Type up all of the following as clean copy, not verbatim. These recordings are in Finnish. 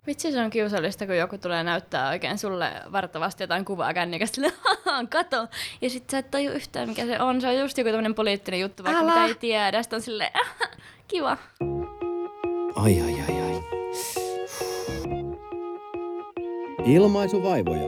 Vitsi, se on kiusallista, kun joku tulee näyttää oikein sulle vartavasti jotain kuvaa kännikästä, kato. Ja sit sä et taju yhtään, mikä se on. Se on just joku tämmönen poliittinen juttu, vaikka mitä ei tiedä. Sitten on silleen, kiva. Ai. Ilmaisuvaivoja.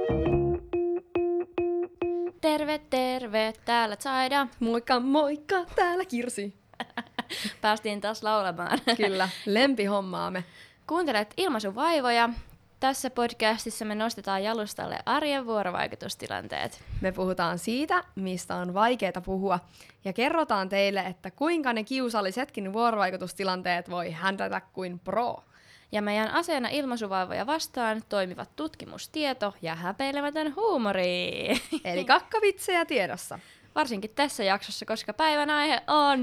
Terve, täällä Zaida. Moikka, täällä Kirsi. Päästiin taas laulamaan. Kyllä, lempihommaamme. Kuuntelet Ilmaisuvaivoja. Tässä podcastissa me nostetaan jalustalle arjen vuorovaikutustilanteet. Me puhutaan siitä, mistä on vaikeaa puhua, ja kerrotaan teille, että kuinka ne kiusallisetkin vuorovaikutustilanteet voi händätä kuin pro. Ja meidän aseena ilmaisuvaivoja vastaan toimivat tutkimustieto ja häpeilemätön huumori. Eli kakkavitsejä tiedossa. Varsinkin tässä jaksossa, koska päivän aihe on...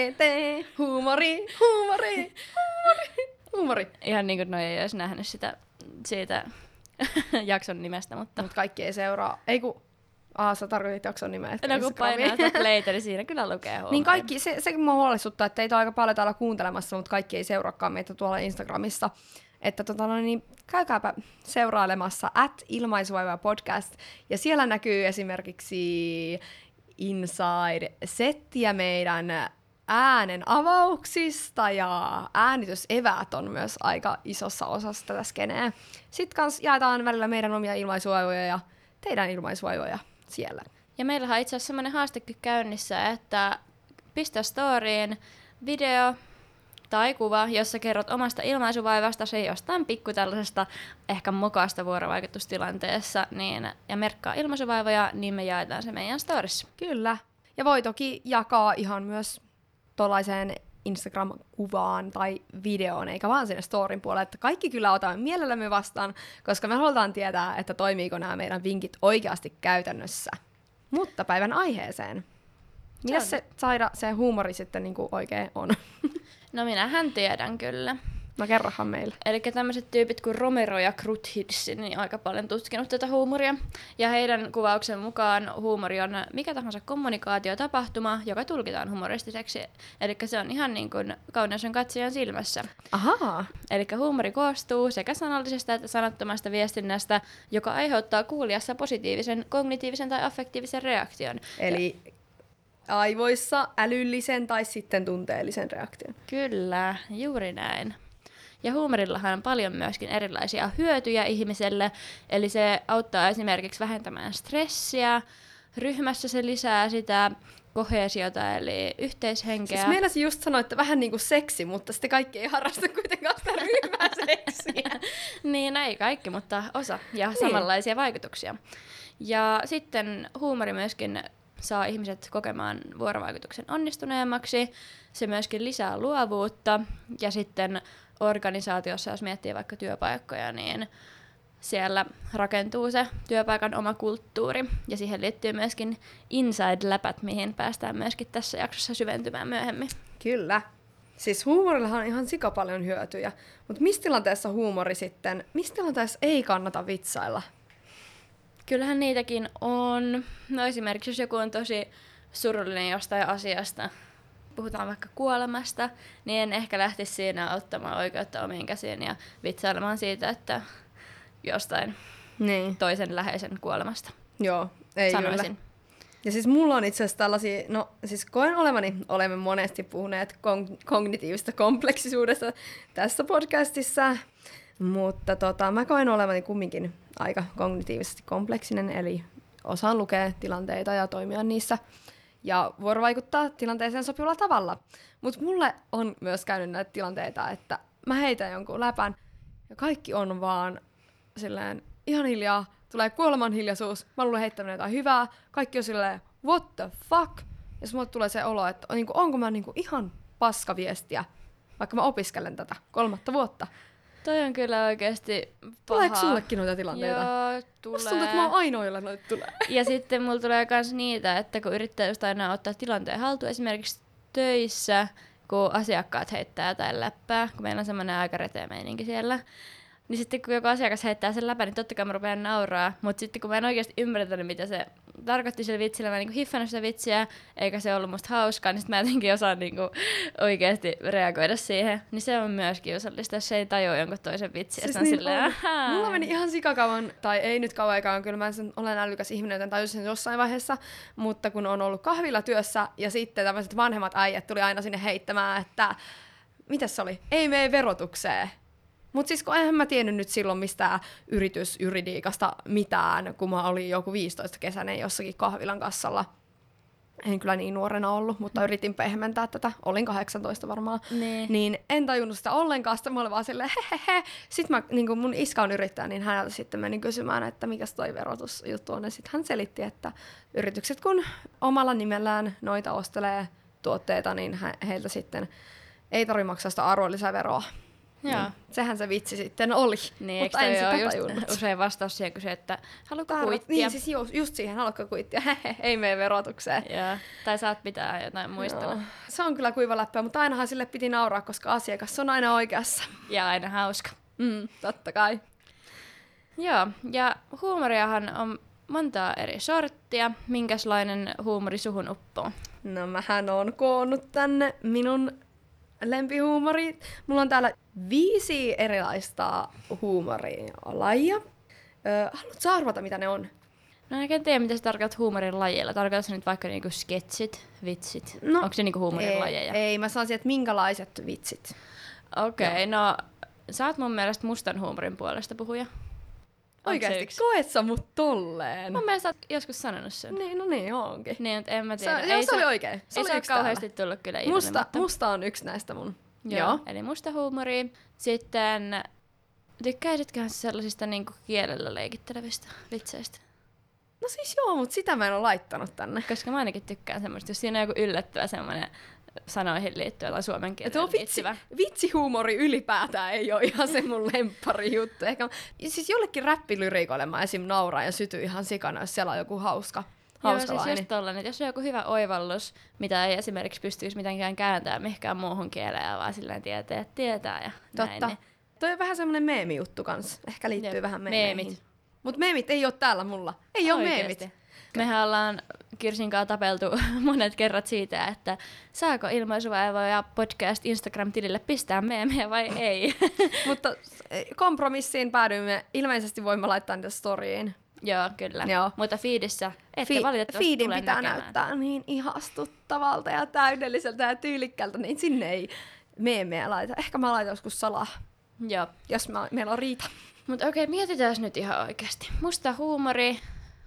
Huumori. Ihan niin kuin noi ei olisi nähnyt siitä jakson nimestä, mutta... Mut kaikki ei seuraa. Sä tarkoitit jakson nimeä. No kun painaa sitä playtä, niin siinä kyllä lukee huumori. Niin kaikki, sekin mua huolestuttaa, että teitä on aika paljon täällä kuuntelemassa, mutta kaikki ei seuraakaan meitä tuolla Instagramissa. Että käykääpä seurailemassa @ilmaisuvaivoja podcast, ja siellä näkyy esimerkiksi Inside-settiä meidän äänen avauksista, ja äänityseväät on myös aika isossa osassa tätä skeneä. Sitten kans jaetaan välillä meidän omia ilmaisuvaivoja ja teidän ilmaisuvaivoja siellä. Ja meillähän on itse asiassa semmoinen haastekin käynnissä, että pistä storyin video tai kuva, jossa kerrot omasta ilmaisuvaivastasi jostain pikku tällaisesta ehkä mokaasta vuorovaikutustilanteessa, ja merkkaa ilmaisuvaivoja, niin me jaetaan se meidän storissa. Kyllä. Ja voi toki jakaa ihan myös tuollaiseen Instagram-kuvaan tai videoon, eikä vaan sinne storin puolelle, että kaikki kyllä otamme mielellämme vastaan, koska me halutaan tietää, että toimiiko nämä meidän vinkit oikeasti käytännössä. Mutta päivän aiheeseen. Mitäs se Zaida, se huumori sitten niinku oikein on? No minähän tiedän kyllä. No kerrohan meille. Eli tämmöiset tyypit kuin Romero ja Kruthids, niin aika paljon tutkinut tätä huumoria. Ja heidän kuvauksen mukaan huumori on mikä tahansa kommunikaatiotapahtuma, joka tulkitaan humoristiseksi. Eli se on ihan niin kuin kauneuden katsojan silmässä. Ahaa. Eli huumori koostuu sekä sanallisesta että sanattomasta viestinnästä, joka aiheuttaa kuulijassa positiivisen, kognitiivisen tai affektiivisen reaktion. Eli aivoissa älyllisen tai sitten tunteellisen reaktion. Kyllä, juuri näin. Ja huumorillahan on paljon myöskin erilaisia hyötyjä ihmiselle, eli se auttaa esimerkiksi vähentämään stressiä, ryhmässä se lisää sitä koheesiota, eli yhteishenkeä. Siis meinasin just sanoa, että vähän niin kuin seksi, mutta sitten kaikki ei harrasta kuitenkaan sitä ryhmäseksiä. Niin, ei kaikki, mutta osa ja samanlaisia vaikutuksia. Ja sitten huumori myöskin saa ihmiset kokemaan vuorovaikutuksen onnistuneemmaksi. Se myöskin lisää luovuutta, ja sitten organisaatiossa, jos miettii vaikka työpaikkoja, niin siellä rakentuu se työpaikan oma kulttuuri, ja siihen liittyy myöskin inside-läpät, mihin päästään myöskin tässä jaksossa syventymään myöhemmin. Kyllä. Siis huumorillahan on ihan sika paljon hyötyjä, mutta missä tilanteessa missä tilanteessa ei kannata vitsailla? Kyllähän niitäkin on. No esimerkiksi jos joku on tosi surullinen jostain asiasta, puhutaan vaikka kuolemasta, niin en ehkä lähtisi siinä ottamaan oikeutta omiin käsiin ja vitsailemaan siitä, että jostain toisen läheisen kuolemasta. Joo, ei sanoisin. Kyllä. Ja siis mulla on itse asiassa tällaisia, koen olemme monesti puhuneet kognitiivisesta kompleksisuudesta tässä podcastissa, mutta mä koen olevani kumminkin aika kognitiivisesti kompleksinen, eli osaan lukea tilanteita ja toimia niissä ja vuorovaikuttaa tilanteeseen sopivalla tavalla. Mutta mulle on myös käynyt näitä tilanteita, että mä heitän jonkun läpän ja kaikki on vaan silleen ihan hiljaa, tulee kuoleman hiljaisuus, mä luulen heittämään jotain hyvää, kaikki on silleen what the fuck, ja mulle tulee se olo, että onko mä ihan paskaviestiä, vaikka mä opiskelen tätä 3. vuotta. Toi on kyllä oikeesti paha. Tuleeko sullekin noita tilanteita? Joo, tulee. Musta tuntuu, että mä oon ainoa, jolla noita tulee. Ja sitten mulla tulee myös niitä, että kun yrittää just aina ottaa tilanteen haltuun, esimerkiksi töissä, kun asiakkaat heittää jotain läppää, kun meillä on semmoinen aika reteä meininki siellä, niin sitten kun joku asiakas heittää sen läpän, niin totta kai mä rupean nauraa, mutta sitten kun mä en oikeasti ymmärtänyt, mitä se tarkoitti sillä vitsillä, mä niinku hiffannut sitä vitsiä, eikä se ollut musta hauskaa, niin sit mä jotenkin osaan niinku oikeesti reagoida siihen. Niin se on myös kiusallista, jos ei tajua jonkun toisen vitsiä. Siis on niin silleen, Mulla meni ihan sikakauan, tai ei nyt kauan aikaan, kyllä mä olen älykäs ihminen, joten tajusin sen jossain vaiheessa, mutta kun on ollut kahvilatyössä ja sitten tämmöiset vanhemmat äijät tuli aina sinne heittämään, että mitäs se oli? Ei mene verotukseen. Mutta siis kun eihän mä tiennyt nyt silloin mistään yritysjuridiikasta mitään, kun mä olin joku 15-kesäinen jossakin kahvilan kassalla. En kyllä niin nuorena ollut, mutta yritin pehmentää tätä. Olin 18 varmaan. Niin en tajunnut sitä ollenkaan. Sitten mä olin vaan silleen hehehe. Sitten niin mun iska on yrittäjä, niin häneltä sitten menin kysymään, että mikäs toi verotusjuttu on. Ja sitten hän selitti, että yritykset kun omalla nimellään noita ostelee tuotteita, niin heiltä sitten ei tarvitse maksaa sitä arvonlisäveroa. Joo. Niin. Sehän se vitsi sitten oli, niin, mutta en sitä tajunnut. Usein vastaus siihen kysyä, että haluatko kuittia? Niin, siis just siihen, haluatko kuittia? Ei mene verotukseen. Joo. Tai saat pitää jotain muistella. Joo. Se on kyllä kuiva läppä, mutta ainahan sille piti nauraa, koska asiakas on aina oikeassa. Ja aina hauska. Totta kai. Joo, ja huumoriahan on montaa eri sorttia. Minkälainen huumori suhun uppoo? No mähän oon koonnut tänne minun lempihuumorit. Mulla on täällä 5 erilaista huumorialajia. Haluatko sä arvata, mitä ne on? No en oikein tiedä, mitä sä tarkoitat huumorin lajeilla. Tarkoitatko sä nyt vaikka niinku sketsit, vitsit? No, onko se niinku huumorin lajeja? Ei, mä sanoisin, että minkälaiset vitsit. Okei, no sä oot mun mielestä mustan huumorin puolesta puhuja. Oikeesti, koet sä mut tolleen? Mun mielestä oot joskus sanonut sen. Niin, no niin, onkin. Niin, en mä tiedä. Se oli oikein. Se oli kauheasti tullut kyllä ilmi. Musta on yksi näistä mun. Joo. Eli musta huumori. Sitten tykkäisitköhän sellaisista niinku kielellä leikittelevistä vitseistä? No siis joo, mutta sitä mä en ole laittanut tänne. Koska mä ainakin tykkään semmoista, jos siinä on joku yllättävä semmoinen sanoihin liittyen tai suomen kielellä liittyvä. Vitsihuumori ylipäätään ei ole ihan se mun lemppari juttu. Ehkä, siis jollekin räppilyriikoille mä esim. Nauraan ja sytyn ihan sikana, jos siellä on joku hauska siis just tollanen, että jos on joku hyvä oivallus, mitä ei esimerkiksi pystyisi mitenkään kääntämään mihinkään muuhun kieleen, vaan silleen tietää ja totta. Näin. Niin. Toi on vähän semmonen meemi-juttu kans. Ehkä liittyy vähän meemeihin. Meemit. Mut meemit ei oo täällä mulla. Ei oo meemit. Mehän ollaan Kirsin kanssa tapeltu monet kerrat siitä, että saako ilmaisuvaivoja podcast Instagram-tilille pistää meemejä vai ei. Mutta kompromissiin päädyimme. Ilmeisesti voimme laittaa niitä storyiin. Joo, kyllä. Joo. Mutta feedissä ette valitettavasti feedin tule pitää näkemään. näyttää niin ihastuttavalta ja täydelliseltä ja tyylikkäältä, niin sinne ei meemejä laita. Ehkä mä laitan joskus salaa, Joo. jos meillä on riita. Mutta okei, mietitään nyt ihan oikeasti. Musta huumori.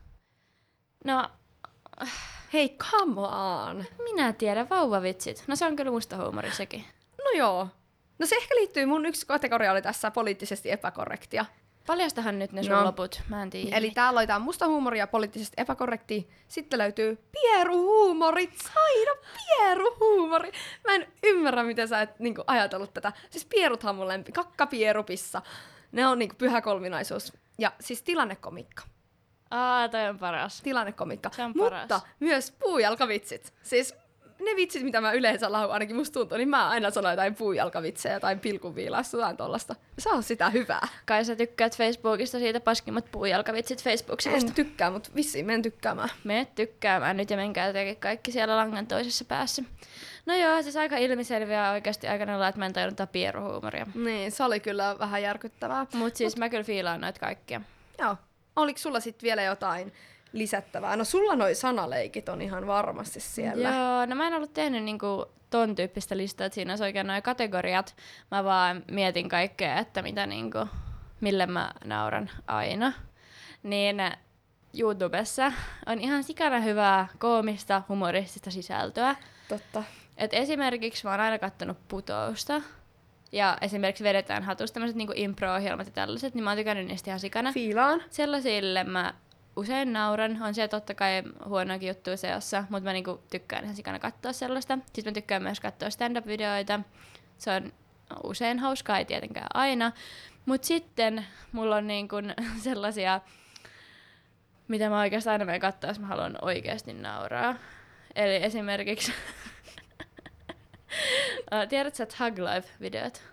No, Hei, come on! minä tiedän, vauvavitsit. No se on kyllä musta huumori sekin. No joo. No se ehkä liittyy, mun yksi kategoria oli tässä poliittisesti epäkorrektia. Paljastahan nyt ne sun loput, mä en tiedä. Eli täällä laitetaan musta huumoria poliittisesti epäkorrektia. Sitten löytyy pieruhuumorit, Saida, pieruhuumori. Mä en ymmärrä, miten sä et niinku ajatellut tätä. Siis pieruthan on mun lempi, kakkapierupissa. Ne on niinku pyhä kolminaisuus. Ja siis tilannekomikka. Toi on paras. Tilannekomikka. Se on Mutta paras. myös puujalkavitsit. Siis ne vitsit, mitä mä yleensä lahun, ainakin musta tuntuu, niin mä aina sanon jotain puujalkavitsejä tai pilkunviilausta, jotain tollasta. Se on sitä hyvää. Kai sä tykkäät Facebookista siitä paskimmat puujalkavitsit Facebook-sivusta. En tykkää, mutta vissiin menen tykkäämään. Mene tykkäämään nyt ja menkää jotenkin kaikki siellä langan toisessa päässä. No joo, siis aika ilmiselviä oikeasti aikana, että mä en tajunnut pieruhuumoria. Niin, se oli kyllä vähän järkyttävää. Mut siis mä kyllä fiilaan noita kaikkia. Joo. Oliko sulla sitten vielä jotain lisättävää? No sulla noi sanaleikit on ihan varmasti siellä. Joo, no mä en ollut tehnyt niinku ton tyyppistä listaa, että siinä olisi oikein nuo kategoriat. Mä vaan mietin kaikkea, että mitä niinku, mille mä nauran aina. Niin YouTubessa on ihan sikana hyvää koomista, humoristista sisältöä. Totta. Et esimerkiksi mä oon aina kattonut Putousta. Ja esimerkiksi vedetään hatusta tämmöiset niinku impro-ohjelmat ja tällaiset, niin mä oon tykännyt niistä ihan sikana. Fiilaan. Sellaisille mä usein nauran. On siellä totta kai huonoakin juttuja seossa, mutta mä niinku tykkään ihan sikana katsoa sellaista. Sitten mä tykkään myös katsoa stand-up-videoita. Se on usein hauskaa, ei tietenkään aina. Mut sitten mulla on niinku sellaisia, mitä mä oikeastaan aina menen katsoa, jos mä haluan oikeasti nauraa. Eli esimerkiksi tiedätkö sä Hug Life-videot?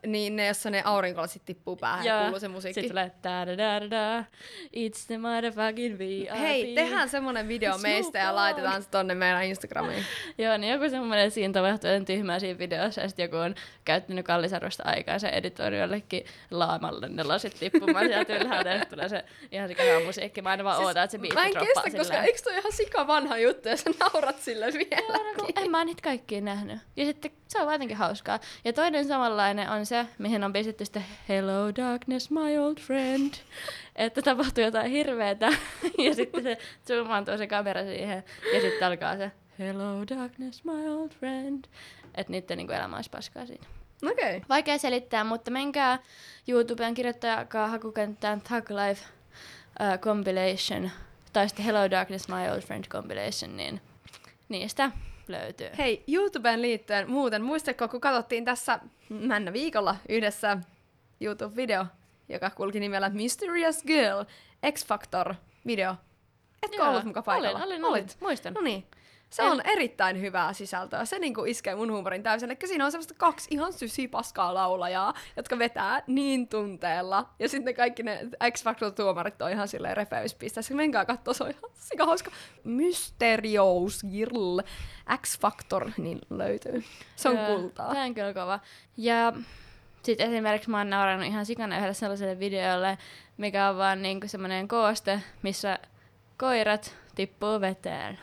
Niin ne, jossa ne aurinkolasit tippuu päähän ja kuuluu se musiikki. Sitten tulee da-da-da-da, it's the motherfucking VIP. Hei, tehdään semmonen video meistä ja laitetaan se tonne meidän Instagramiin. Joo, niin joku semmoinen siinä tapahtuu tyhmää siinä videossa, ja sitten joku on käyttänyt kallisarvosta aikaa se editoinut jollekin laamalle ne lasit tippumaan sieltä ylhäältä, ja tulee se ihan sikana musiikki. Mä aina vaan ootan, että se biitti droppaa silleen. Mä en kestä, koska eikö toi ihan sika vanha juttu, ja sä naurat sille vieläkin. En mä niitä kaikkia nähnyt. Ja sitten se on jotenkin hauskaa. Ja toinen samanlainen on se, mihin on pistetty sitten Hello darkness my old friend. Että tapahtuu jotain hirveetä. Ja sitten se zoomaantuu se kamera siihen. Ja sitten alkaa se Hello darkness my old friend. Että niiden niin elämä olisi paskaa siinä. Okei. Okay. Vaikea selittää, mutta menkää YouTubeen kirjoittakaa hakukenttään Thug Life compilation. Tai sitten Hello darkness my old friend compilation, niin niistä löytyy. Hei, YouTubeen liittyen muuten, muistatko, kun katsottiin tässä männä viikolla yhdessä YouTube-video, joka kulki nimellä Mysterious Girl, X-Factor-video. Etkö ollut muka paikalla? Olin, muistan. No niin. Se on erittäin hyvää sisältöä. Se niinku iskee mun huumorin täysin. Eli siinä on semmoista 2 ihan paskaa laulajaa, jotka vetää niin tunteella. Ja sitten kaikki ne X-Factor-tuomarit on ihan silleen repeyspisteessä. Menkää kattoo, se on ihan sika hauska. Mysterious Girl X-Factor, niin löytyy. Se on kultaa. Tämä on kyllä kova. Ja sitten esimerkiksi mä oon naurannut ihan sikana yhdelle sellaiselle videolle, mikä on vaan niinku semmoinen kooste, missä koirat tippuu veteen.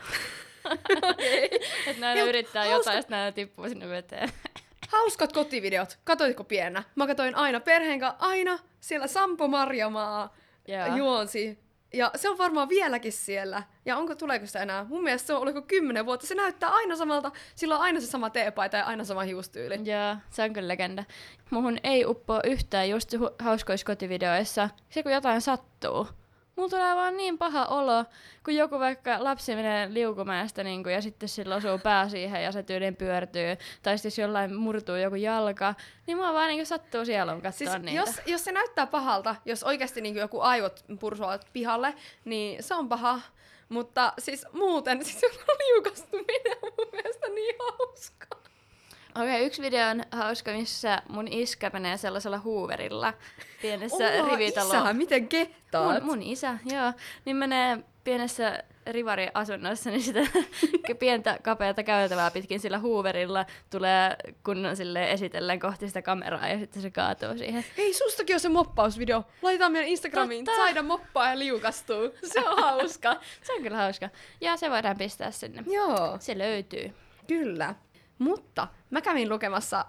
Okay. Että näin yrittää jotain, ja näin tippuu sinne veteen. Hauskat kotivideot. Katoitko pienä? Mä katoin aina perheen kanssa, aina siellä Sampo Marjamaa juonsi. Ja se on varmaan vieläkin siellä. Ja tuleeko sitä enää? Mun mielestä se on oliko 10 vuotta. Se näyttää aina samalta. Sillä on aina se sama teepaita ja aina sama hiustyyli. Joo, se on kyllä legenda. Muhun ei uppoa yhtään just hauskoissa kotivideoissa. Se kun jotain sattuu. Mulla tulee vaan niin paha olo, kun joku vaikka lapsi menee liukumäestä ja sitten sillä osuu pää siihen ja se tyyliin pyörtyy. Tai sitten jos jollain murtuu joku jalka, niin mua vaan sattuu sielun katsoa siis niitä. Jos se näyttää pahalta, jos oikeasti joku aivot pursuavat pihalle, niin se on paha. Mutta siis muuten, siis joku liukastuminen on mun mielestä niin hauskaa. Okei, yksi video on hauska, missä mun iskä menee sellaisella huuverilla pienessä rivitalossa. Isä, miten kehtaat? Mun isä, joo. Niin menee pienessä rivariasunnossa, niin sitä pientä kapeata käytävää pitkin sillä huuverilla tulee kunnon esitellen kohti sitä kameraa ja sitten se kaatuu siihen. Hei, sustakin on se moppausvideo. Laitetaan meidän Instagramiin, Saida moppaa ja liukastuu. Se on hauska. Se on kyllä hauska. Ja se voidaan pistää sinne. Joo. Se löytyy. Kyllä. Mutta mä kävin lukemassa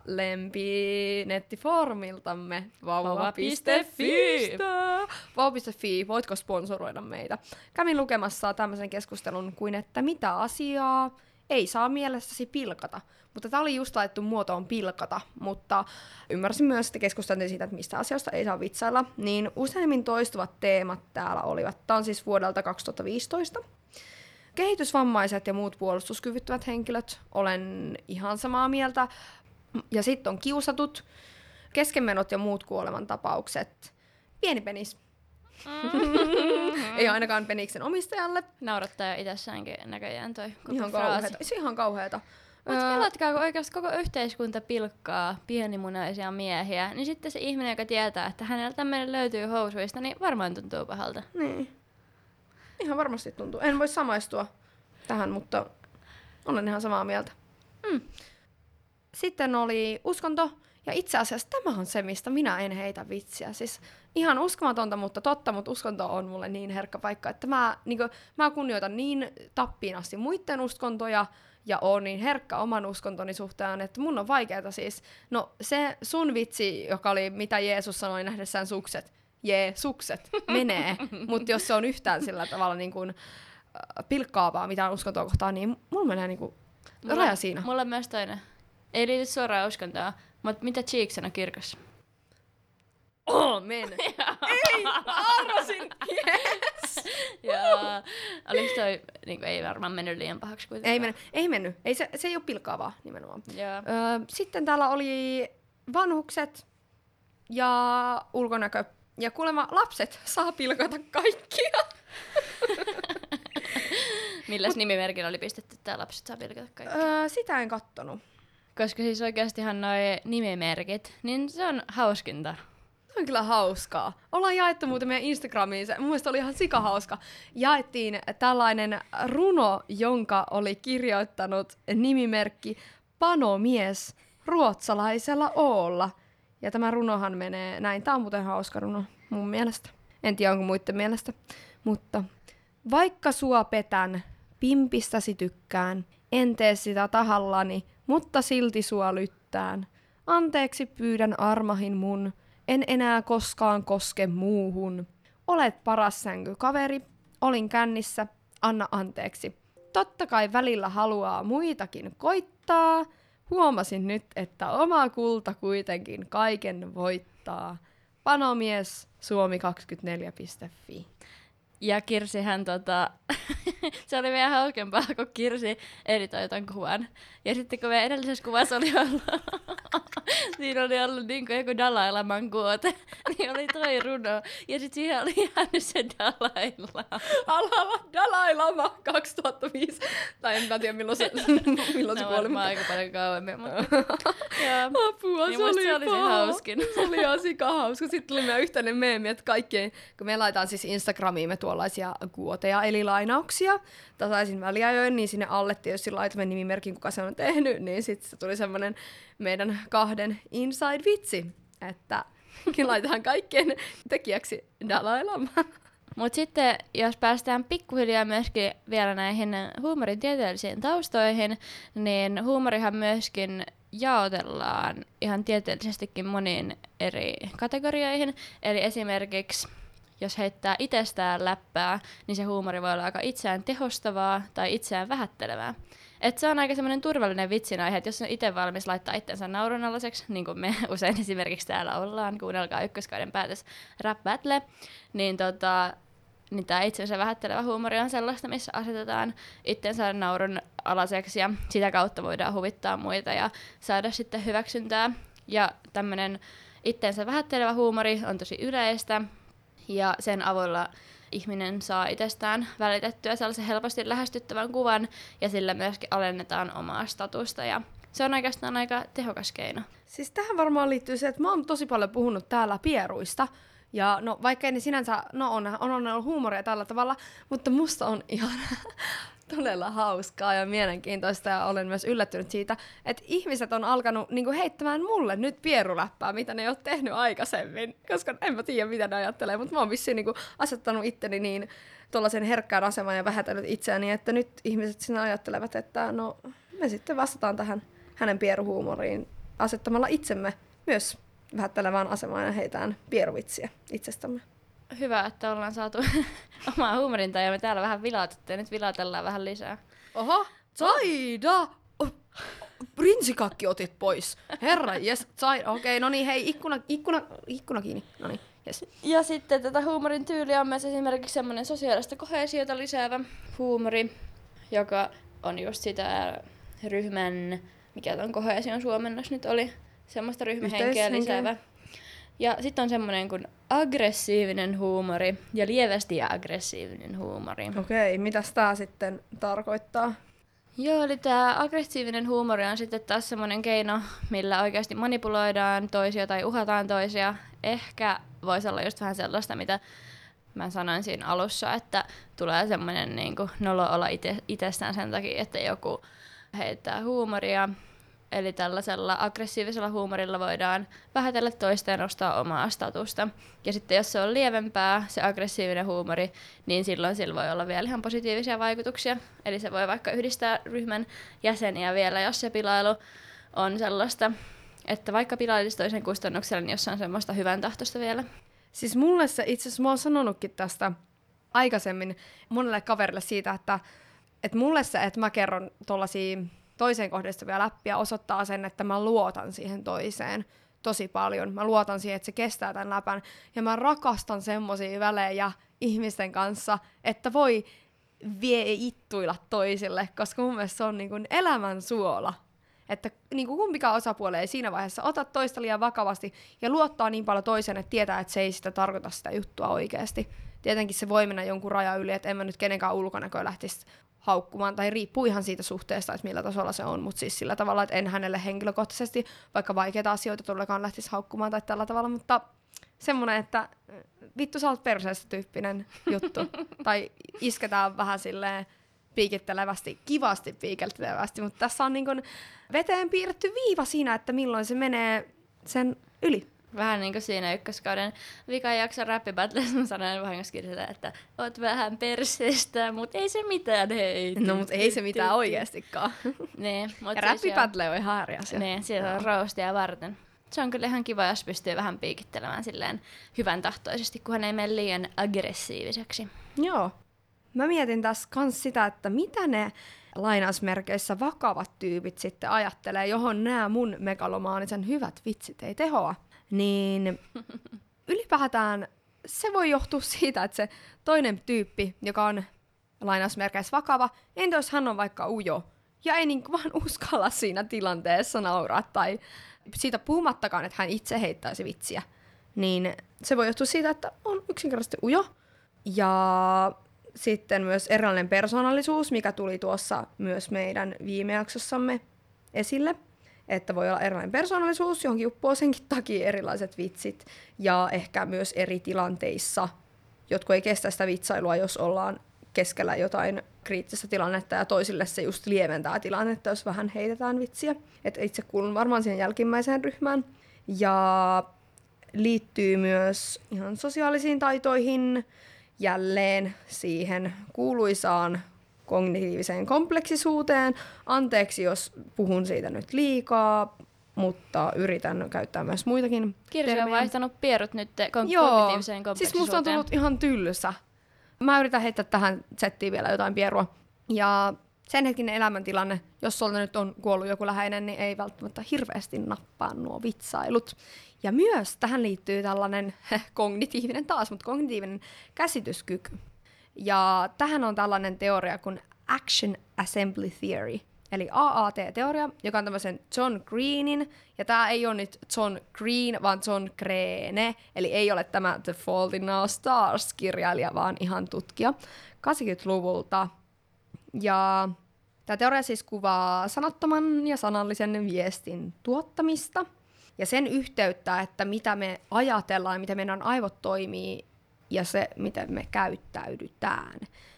lempinettifoorumiltamme vauva.fi. Vauva.fi, voitko sponsoroida meitä? Kävin lukemassa tämmöisen keskustelun kuin, että mitä asiaa ei saa mielessäsi pilkata. Mutta tää oli just laitettu muotoon pilkata, mutta ymmärsin myös, että keskusteltiin siitä, että mistä asioista ei saa vitsailla. Niin useimmin toistuvat teemat täällä olivat. Tää on siis vuodelta 2015. Kehitysvammaiset ja muut puolustuskyvyttömät henkilöt, olen ihan samaa mieltä. Ja sitten on kiusatut, keskenmenot ja muut kuolemantapaukset. Pieni penis. Ei ainakaan peniksen omistajalle. Naurattaa jo itsessäänkin näköjään toi koko ihan fraasi. kauheata. Se on ihan kauheata. Mutta pelatkaa, kun oikeasti koko yhteiskunta pilkkaa pienimunaisia miehiä, niin sitten se ihminen, joka tietää, että hänellä tämmöinen löytyy housuista, niin varmaan tuntuu pahalta. Niin. Ihan varmasti tuntuu. En voi samaistua tähän, mutta olen ihan samaa mieltä. Sitten oli uskonto. Ja itse asiassa tämä on se, mistä minä en heitä vitsiä. Siis ihan uskomatonta, mutta totta, mutta uskonto on mulle niin herkkä paikka, että mä kunnioitan niin tappiin asti muiden uskontoja ja oon niin herkkä oman uskontoni suhteen, että mun on vaikeaa siis. No se sun vitsi, joka oli mitä Jeesus sanoi nähdessään sukset. Sukset menee, mutta jos se on yhtään sillä tavalla niin kuin pilkkaavaa mitään uskontoa kohtaan, niin mulla menee niin kuin raja siinä. Mulla on myös toinen. Ei liity suoraan uskontoa, mutta mitä Cheek sanoi kirkossa? Men. Ei, arvasin! Yes! Joo. Oliko toi, niin ei varmaan mennyt liian pahaksi kuitenkaan? Ei mennyt. Ei, se ei ole pilkkaavaa nimenomaan. Joo. Sitten täällä oli vanhukset ja ulkonäkö. Ja kuulemma lapset saa pilkata kaikkia. Milläs nimimerkillä oli pistetty, että lapset saa pilkata kaikkia? Sitä en kattonut. koska siis oikeastihan noi nimimerkit, niin se on hauskinta. Se on kyllä hauskaa. Ollaan jaettu muuten meidän Instagramiin, se mun mielestä oli ihan sikahauska. Jaettiin tällainen runo, jonka oli kirjoittanut nimimerkki Panomies ruotsalaisella oolla. Ja tämä runohan menee näin. Tää on muuten hauska runo mun mielestä. En tiedä onko muiden mielestä. Mutta vaikka sua petän, pimpistäsi tykkään, en tee sitä tahallani, mutta silti sua lyttään. Anteeksi pyydän armahin mun, en enää koskaan koske muuhun. Olet paras sänkykaveri, olin kännissä, anna anteeksi. Totta kai välillä haluaa muitakin koittaa. Huomasin nyt, että oma kulta kuitenkin kaiken voittaa. Panomies suomi24.fi. Ja Kirsihän se oli vielä hauskempaa, kun Kirsi editoi ton kuvan. Ja sitten kun meidän edellisessä kuvassa oli ollut, siinä oli ollut niin kuin joku Dalai Laman kuote, niin oli toi runo. Ja sitten siihen oli jäänyt se Dalai Lama. Dalai Lama 2005. Tai en tiedä milloin se kuoli. No aika paljon kauemmin. Apua, niin se oli se oli se hauskin. Se oli ihan sikahauska. Sitten tuli meidän yhteinen meemi, että kaikkeen, kun me laitetaan siis Instagramiin me tuollaisia kuoteja, eli lainauksia tasaisin väliajoin, niin sinne alle tietysti laitamme nimimerkin, kuka se on tehnyt, niin sitten se tuli semmoinen meidän kahden inside-vitsi, että laitetaan kaikkien tekijäksi Dalai Lama. Mutta sitten, jos päästään pikkuhiljaa myöskin vielä näihin huumorin tieteellisiin taustoihin, niin huumorihan myöskin jaotellaan ihan tieteellisestikin moniin eri kategorioihin. Eli esimerkiksi, jos heittää itsestään läppää, niin se huumori voi olla aika itseään tehostavaa tai itseään vähättelevää. Et se on aika semmoinen turvallinen vitsin aihe, että jos on itse valmis laittaa itsensä naurunalaiseksi, niin kuin me usein esimerkiksi täällä ollaan, kuunnelkaa ykköskauden päätös Rap Battle, niin niin tämä itsensä vähättelevä huumori on sellaista, missä asetetaan itsensä naurun alaseksi ja sitä kautta voidaan huvittaa muita ja saada sitten hyväksyntää. Ja tämmöinen itsensä vähättelevä huumori on tosi yleistä ja sen avulla ihminen saa itsestään välitettyä sellaisen helposti lähestyttävän kuvan ja sillä myöskin alennetaan omaa statusta ja se on oikeastaan aika tehokas keino. Siis tähän varmaan liittyy se, että mä oon tosi paljon puhunut täällä pieruista. Ja no vaikka ei ne sinänsä, on ollut huumoria tällä tavalla, mutta musta on ihan todella hauskaa ja mielenkiintoista ja olen myös yllättynyt siitä, että ihmiset on alkanut niinku heittämään mulle nyt pieruläppää, mitä ne ei ole tehnyt aikaisemmin, koska en mä tiedä mitä ne ajattelee, mutta mä oon vissiin niinku asettanut itteni niin tuollaisen herkkään asemaan ja vähätellyt itseäni, että nyt ihmiset sinä ajattelevat, että no me sitten vastataan tähän hänen pieruhuumoriin asettamalla itsemme myös vähättelevään asemaan ja heitään pieruvitsiä itsestämme. Hyvä, että ollaan saatu omaa huumorinta ja me täällä vähän vilautettiin ja nyt vilautellaan vähän lisää. Oho, Zaida! Prinsikakki otit pois. Herra, jes, Zaida. Okei, no niin, hei, ikkuna kiinni. No niin, jes. Ja sitten tätä huumorin tyyliä on myös esimerkiksi semmoinen sosiaalista koheesiota lisäävä huumori, joka on just sitä ryhmän, mikä ton koheesion suomennos nyt oli, semmoista ryhmähenkeä lisäävä. Ja sitten on semmoinen kuin aggressiivinen huumori ja lievästi ja aggressiivinen huumori. Okei, mitäs tää sitten tarkoittaa? Joo, eli tämä aggressiivinen huumori on sitten taas semmoinen keino, millä oikeasti manipuloidaan toisia tai uhataan toisia. Ehkä voisi olla just vähän sellaista, mitä mä sanoin siinä alussa, että tulee semmoinen niin kuin nolo-olla itsestään sen takia, että joku heittää huumoria. Eli tällaisella aggressiivisella huumorilla voidaan vähätellä toista ja nostaa omaa statusta. Ja sitten jos se on lievempää, se aggressiivinen huumori, niin silloin sillä voi olla vielä ihan positiivisia vaikutuksia. Eli se voi vaikka yhdistää ryhmän jäseniä vielä, jos se pilailu on sellaista, että vaikka pilailisi toisen kustannuksella, niin jos on semmoista hyvän tahtosta vielä. Siis mulle se, itse asiassa mä oon sanonutkin tästä aikaisemmin monelle kaverille siitä, että mulle se, että mä kerron tollasia toiseen kohdistuvia läppiä osoittaa sen, että mä luotan siihen toiseen tosi paljon. Mä luotan siihen, että se kestää tämän läpän. Ja mä rakastan semmosia välejä ihmisten kanssa, että voi ittuilla toisille, koska mun mielestä se on niin kuin elämän suola. Että niin kuin kumpikaan osapuoli ei siinä vaiheessa ota toista liian vakavasti ja luottaa niin paljon toiseen, että tietää, että se ei sitä tarkoita sitä juttua oikeasti. Tietenkin se voi mennä jonkun rajan yli, että en mä nyt kenenkään ulkonäköä lähtisi haukkumaan, tai riippuu ihan siitä suhteesta, että millä tasolla se on, mutta siis sillä tavalla, että en hänelle henkilökohtaisesti, vaikka vaikeita asioita todellakaan lähtisi haukkumaan tai tällä tavalla, mutta semmoinen, että vittu sä oot perseestä tyyppinen juttu, tai isketään vähän silleen piikittelevästi, kivasti piikittelevästi, mutta tässä on niin kuin veteen piirretty viiva siinä, että milloin se menee sen yli. Vähän niin kuin siinä ykköskauden vikan jakson räppibattlessa mä sanoin vahingossa että oot vähän perseestä, mutta ei se mitään, hei. No, mutta ei se mitään oikeastikaan. Niin, ja räppibattle on ihan eri asia. Niin, siellä on roastia varten. Se on kyllä ihan kiva, jos pystyy vähän piikittelemään silleen hyvän tahtoisesti, kunhan ei mene liian aggressiiviseksi. Joo. Mä mietin tässä kans sitä, että mitä ne lainausmerkeissä vakavat tyypit sitten ajattelee, johon nämä mun megalomaanisen hyvät vitsit ei tehoa. Niin ylipäätään se voi johtua siitä, että se toinen tyyppi, joka on lainausmerkeissä vakava, entä jos hän on vaikka ujo ja ei niin vaan uskalla siinä tilanteessa nauraa tai siitä puhumattakaan, että hän itse heittäisi vitsiä, niin se voi johtua siitä, että on yksinkertaisesti ujo. Ja sitten myös erilainen persoonallisuus, mikä tuli tuossa myös meidän viime jaksossamme esille, että voi olla erilainen persoonallisuus, johonkin uppoaa senkin takia erilaiset vitsit, ja ehkä myös eri tilanteissa, jotka ei kestä sitä vitsailua, jos ollaan keskellä jotain kriittistä tilannetta, ja toisille se just lieventää tilannetta, jos vähän heitetään vitsiä. Et itse kuulun varmaan siihen jälkimmäiseen ryhmään. Ja liittyy myös ihan sosiaalisiin taitoihin, jälleen siihen kuuluisaan kognitiiviseen kompleksisuuteen. Anteeksi, jos puhun siitä nyt liikaa, mutta yritän käyttää myös muitakin Kirsi termejä. on vaihtanut pierut nyt kognitiiviseen kompleksisuuteen. Siis musta on tullut ihan tylsä. Mä yritän heittää tähän settiin vielä jotain pierua. Ja sen hetkinen elämäntilanne, jos sulta nyt on kuollut joku läheinen, niin ei välttämättä hirveästi nappaa nuo vitsailut. Ja myös tähän liittyy tällainen kognitiivinen taas, mutta kognitiivinen käsityskyky. Ja tähän on tällainen teoria kuin Action Assembly Theory, eli AAT-teoria, joka on tämmöisen John Greenin, ja tämä ei ole nyt John Green, vaan John Greene, eli ei ole tämä The Fault in Our Stars-kirjailija, vaan ihan tutkija 80-luvulta. Ja tämä teoria siis kuvaa sanattoman ja sanallisen viestin tuottamista, ja sen yhteyttä, että mitä me ajatellaan, miten meidän aivot toimii, ja se, miten me käyttäydytään.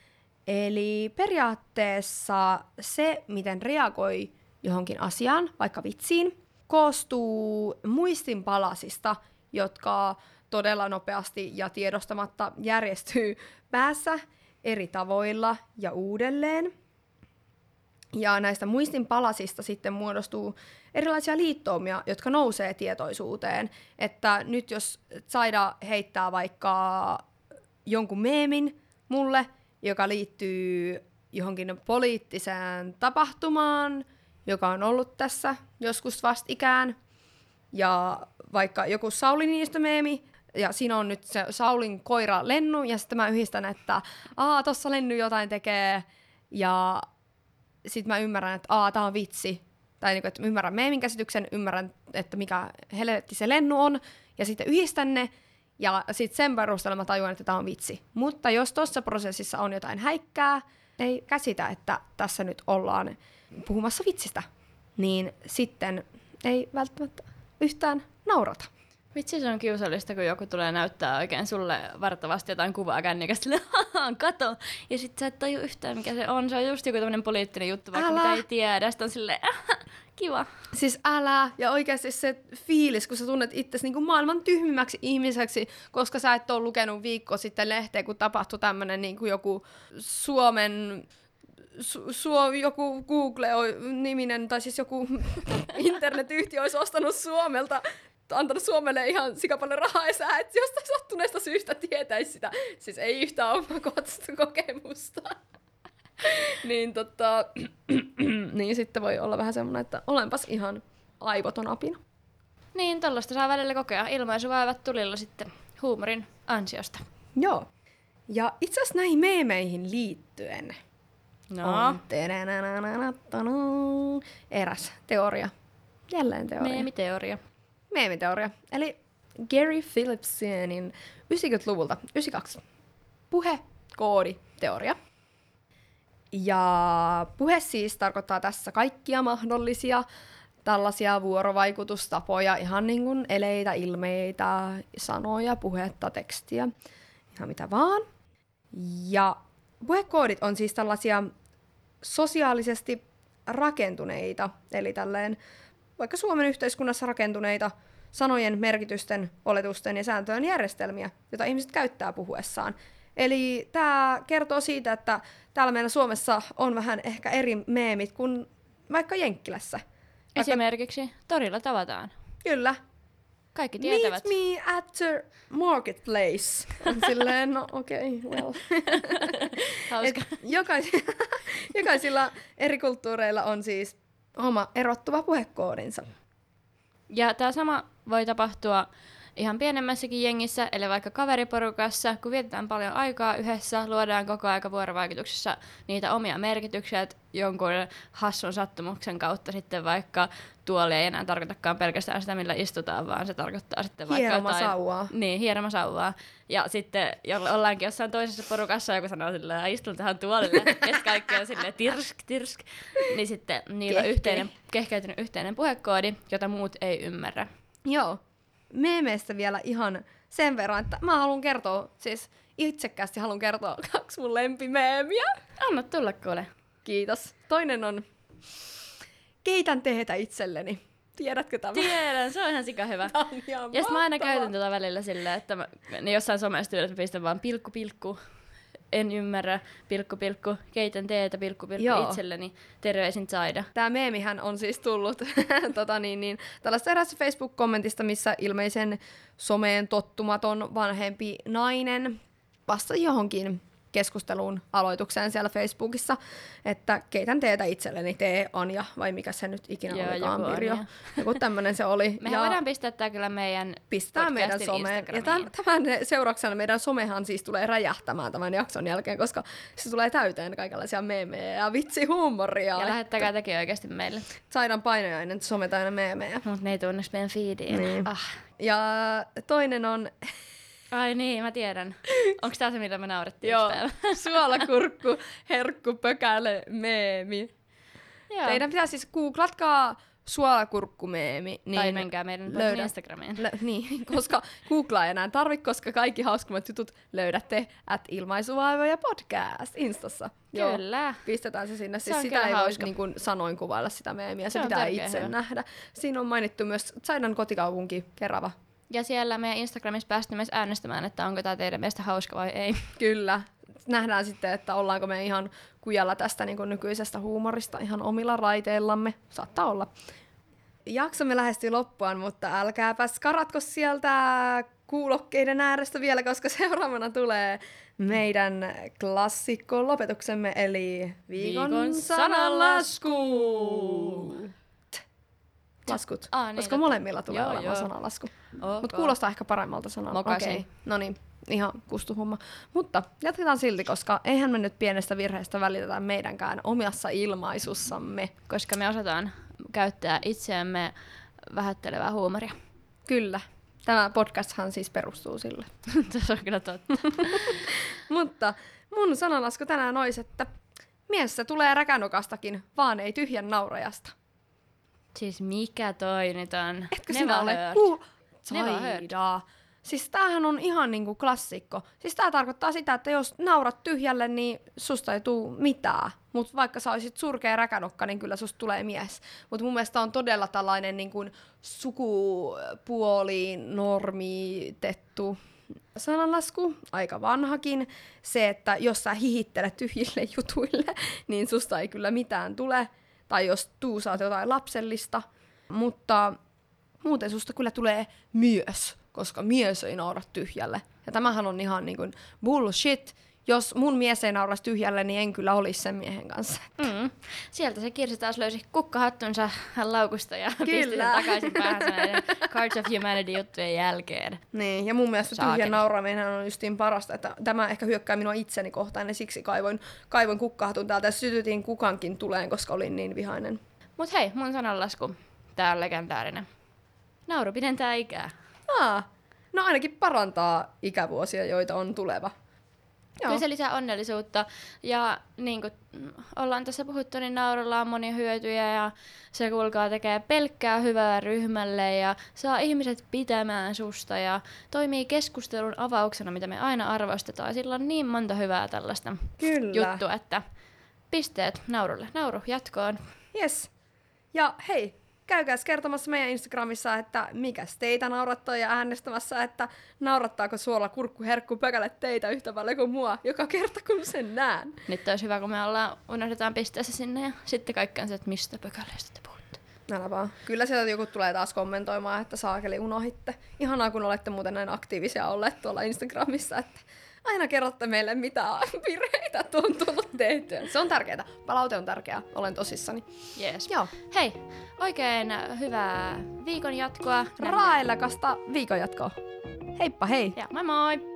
Eli periaatteessa se, miten reagoi johonkin asiaan, vaikka vitsiin, koostuu muistinpalasista, jotka todella nopeasti ja tiedostamatta järjestyy päässä eri tavoilla ja uudelleen. Ja näistä muistinpalasista sitten muodostuu erilaisia liittoumia, jotka nousee tietoisuuteen. Että nyt jos Zaida heittää vaikka jonkun meemin mulle, joka liittyy johonkin poliittiseen tapahtumaan, joka on ollut tässä joskus vastikään, ja vaikka joku Sauli Niinistö-meemi, ja siinä on nyt se Saulin koira Lennu, ja sitten mä yhdistän, että tossa Lenny jotain tekee, ja sitten mä ymmärrän, että tää on vitsi, tai niinku, että ymmärrän meemin käsityksen, ymmärrän, että mikä helvetti se Lennu on, ja sitten yhdistän ne, ja sitten sen perusteella mä tajuan, että tää on vitsi. Mutta jos tuossa prosessissa on jotain häikkää, ei käsitä, että tässä nyt ollaan puhumassa vitsistä, niin sitten ei välttämättä yhtään naurata. Vitsi, se on kiusallista, kun joku tulee näyttää oikein sulle vartavasti jotain kuvaa kännikästä, kato, ja sit sä et taju yhtään, mikä se on. Se on just joku tämmönen poliittinen juttu, vaikka mitä ei tiedä. Sitten on silleen, kiva. Siis älä, ja oikeasti se fiilis, kun sä tunnet itsesi niin kuin maailman tyhmimmäksi ihmiseksi, koska sä et ole lukenut viikko sitten lehteä, kun tapahtui tämmönen niin kuin joku Suomen... joku Google-niminen, tai siis joku internetyhtiö olisi ostanut Suomelta, antanut Suomelle ihan sikapaljon rahaa, ja sä et jostain sattuneesta syystä tietäisi sitä. Siis ei yhtään omakohtaista kokemusta. niin niin sitten voi olla vähän semmoinen, että olenpas ihan aivoton apina. Niin, tollaista saa välillä kokea. Ilmaisuvaivat tulilla sitten huumorin ansiosta. Joo. Ja itse asiassa näihin meemeihin liittyen on eräs teoria. Jälleen teoria. Meemiteoria. Meemiteoria. Eli Gary Philipsenin 90-luvulta, 92, puhekooditeoria. Ja puhe siis tarkoittaa tässä kaikkia mahdollisia tällaisia vuorovaikutustapoja, ihan niin kuin eleitä, ilmeitä, sanoja, puhetta, tekstiä, ihan mitä vaan. Ja puhekoodit on siis tällaisia sosiaalisesti rakentuneita, eli tälleen vaikka Suomen yhteiskunnassa rakentuneita sanojen, merkitysten, oletusten ja sääntöjen järjestelmiä, joita ihmiset käyttää puhuessaan. Eli tämä kertoo siitä, että täällä meillä Suomessa on vähän ehkä eri meemit kuin vaikka Jenkkilässä. Esimerkiksi torilla tavataan. Kyllä. Kaikki tietävät. Meet me at the marketplace. On silleen, no okei, well. Hauska. Jokaisilla eri kulttuureilla on siis oma erottuva puhekoodinsa. Ja tämä sama voi tapahtua ihan pienemmässäkin jengissä, eli vaikka kaveriporukassa, kun vietetään paljon aikaa yhdessä, luodaan koko aika vuorovaikutuksessa niitä omia merkityksiä, että jonkun hassun sattumuksen kautta sitten vaikka tuoli ei enää tarkoitakaan pelkästään sitä, millä istutaan, vaan se tarkoittaa sitten vaikka Hieromasauvaa. Niin, hieromasauvaa. Ja sitten ollaankin jossain toisessa porukassa, joku sanoo silleen, istun tähän tuolille, ja kaikki on silleen tirsk, niin sitten niillä on kehkeytynyt yhteinen puhekoodi, jota muut ei ymmärrä. Joo. Meemeistä vielä ihan sen verran, että mä haluan kertoa, siis itsekkäästi haluan kertoa 2 mun lempimeemiä. Anna tulla kuule. Kiitos. Toinen on keitän teetä itselleni. Tiedätkö tämän? Tiedän, se on ihan sika hyvä. Ja sit mä aina käytän tätä välillä silleen, että jossain somestyylissä pistän vaan pilkku, en ymmärrä, pilkku, keitän teetä, pilkku, itselleni, terveisin Zaida. Tämä meemihän on siis tullut tällaista erässä Facebook-kommentista, missä ilmeisen someen tottumaton vanhempi nainen vastasi johonkin keskustelun aloitukseen siellä Facebookissa, että keitän teetä itselleni, tee Anja, vai mikä se nyt ikinä olikaan, Pirjo. Joku tämmönen se oli. Mehän voidaan pistää tää kyllä meidän meidän someen. Ja tämän seurauksena meidän somehan siis tulee räjähtämään tämän jakson jälkeen, koska se tulee täyteen kaikenlaisia meemejä ja vitsihuumoria. Ja lähettäkää tekin oikeasti meille. Saidan painajainen, some täynnä meemejä. Mut ne ei tunne meidän feediin. Niin. Ja toinen on... Ai niin, mä tiedän. Onks tää se, millä me naurettiin Joo, päivä? suolakurkku, herkku, pökäle, meemi. Joo. Teidän pitää siis googlatkaa suolakurkkumeemi. Niin tai menkää meidän Instagramiin. Niin, koska googlaa ei enää tarvitse, koska kaikki hauskimmat jutut löydätte @ilmaisuvaivoja podcast Instassa. Kyllä. Joo, pistetään se sinne. Se siis sitä ei voi niin kuin sanoin kuvailla sitä meemiä, se pitää itse hyvä. Nähdä. Siinä on mainittu myös Zaidan kotikaupunki Kerava. Ja siellä meidän Instagramissa päästä myös äänestämään, että onko tämä teidän mielestä hauska vai ei. Kyllä. Nähdään sitten, että ollaanko me ihan kujalla tästä niin kuin nykyisestä huumorista ihan omilla raiteillamme. Saattaa olla. Jaksomme lähestyy loppuaan, mutta älkääpäs karatko sieltä kuulokkeiden äärestä vielä, koska seuraavana tulee meidän klassikko lopetuksemme, eli viikon sananlasku. Laskut. Niin, koska molemmilla tulee olemaan sanalasku. Mutta kuulostaa ehkä paremmalta sanalta. Mokasin. No niin, ihan kustuhomma. Mutta jatketaan silti, koska eihän me nyt pienestä virheestä välitetä meidänkään omassa ilmaisussamme. Koska me osataan käyttää itseämme vähättelevää huumoria. Kyllä. Tämä podcasthan siis perustuu sille. Se on kyllä totta. Mutta mun sanalasku tänään olisi, että miessä tulee räkänokastakin, vaan ei tyhjän naurajasta. Siis mikä toi nyt on? Etkö sinä ole Zaidaa. Siis tämähän on ihan niinku klassikko. Siis tää tarkoittaa sitä, että jos naurat tyhjälle, niin susta ei tuu mitään. Mut vaikka sä olisit surkea räkänokka, niin kyllä susta tulee mies. Mut mun mielestä on todella tällainen niinku sukupuoliin normitettu sananlasku, aika vanhakin. Se, että jos sä hihittelet tyhjille jutuille, niin susta ei kyllä mitään tule. Tai jos tuusaat jotain lapsellista. Mutta muuten susta kyllä tulee myös, koska mies ei naura tyhjälle. Ja tämähän on ihan niin kuin bullshit. Jos mun mies ei nauraisi tyhjälle, niin en kyllä olisi sen miehen kanssa. Sieltä se Kirsi taas löysi kukkahattunsa laukusta ja pisti sen takaisin päähänsä näiden Cards of Humanity-juttujen jälkeen. Niin, ja mun mielestä tyhjän nauraminen on justiin parasta, että tämä ehkä hyökkää minua itseni kohtaan, ja siksi kaivoin kukkahatun täältä ja sytytin kukankin tuleen, koska olin niin vihainen. Mut hei, mun sananlasku. Tää on legendaarinen. Nauru pidentää ikää. No ainakin parantaa ikävuosia, joita on tuleva. Kyllä se lisää onnellisuutta ja niin kuin ollaan tässä puhuttu, niin naurulla on monia hyötyjä ja se kuulkaa tekee pelkkää hyvää ryhmälle ja saa ihmiset pitämään susta ja toimii keskustelun avauksena, mitä me aina arvostetaan. Sillä on niin monta hyvää tällaista juttua, että pisteet naurulle. Nauru jatkoon. Yes. Ja hei, käykääs kertomassa meidän Instagramissa, että mikäs teitä naurattaa ja äänestämässä, että naurattaako suola kurkku herkku pökäle teitä yhtä paljon kuin mua joka kerta kun sen näen. Nyt olisi hyvä, kun me unohdetaan pistää se sinne ja sitten kaikki on se, että mistä pökäleistä te puhutte. Älä vaan. Kyllä sieltä joku tulee taas kommentoimaan, että saakeli unohitte. Ihanaa, kun olette muuten näin aktiivisia olleet tuolla Instagramissa, että aina kerrotte meille, mitä virheitä on tullut tehtyä. Se on tärkeää. Palaute on tärkeää. Olen tosissani. Yes. Joo. Hei, oikein hyvää viikon jatkoa. Raelakasta viikon jatkoa. Heippa hei! Ja moi moi!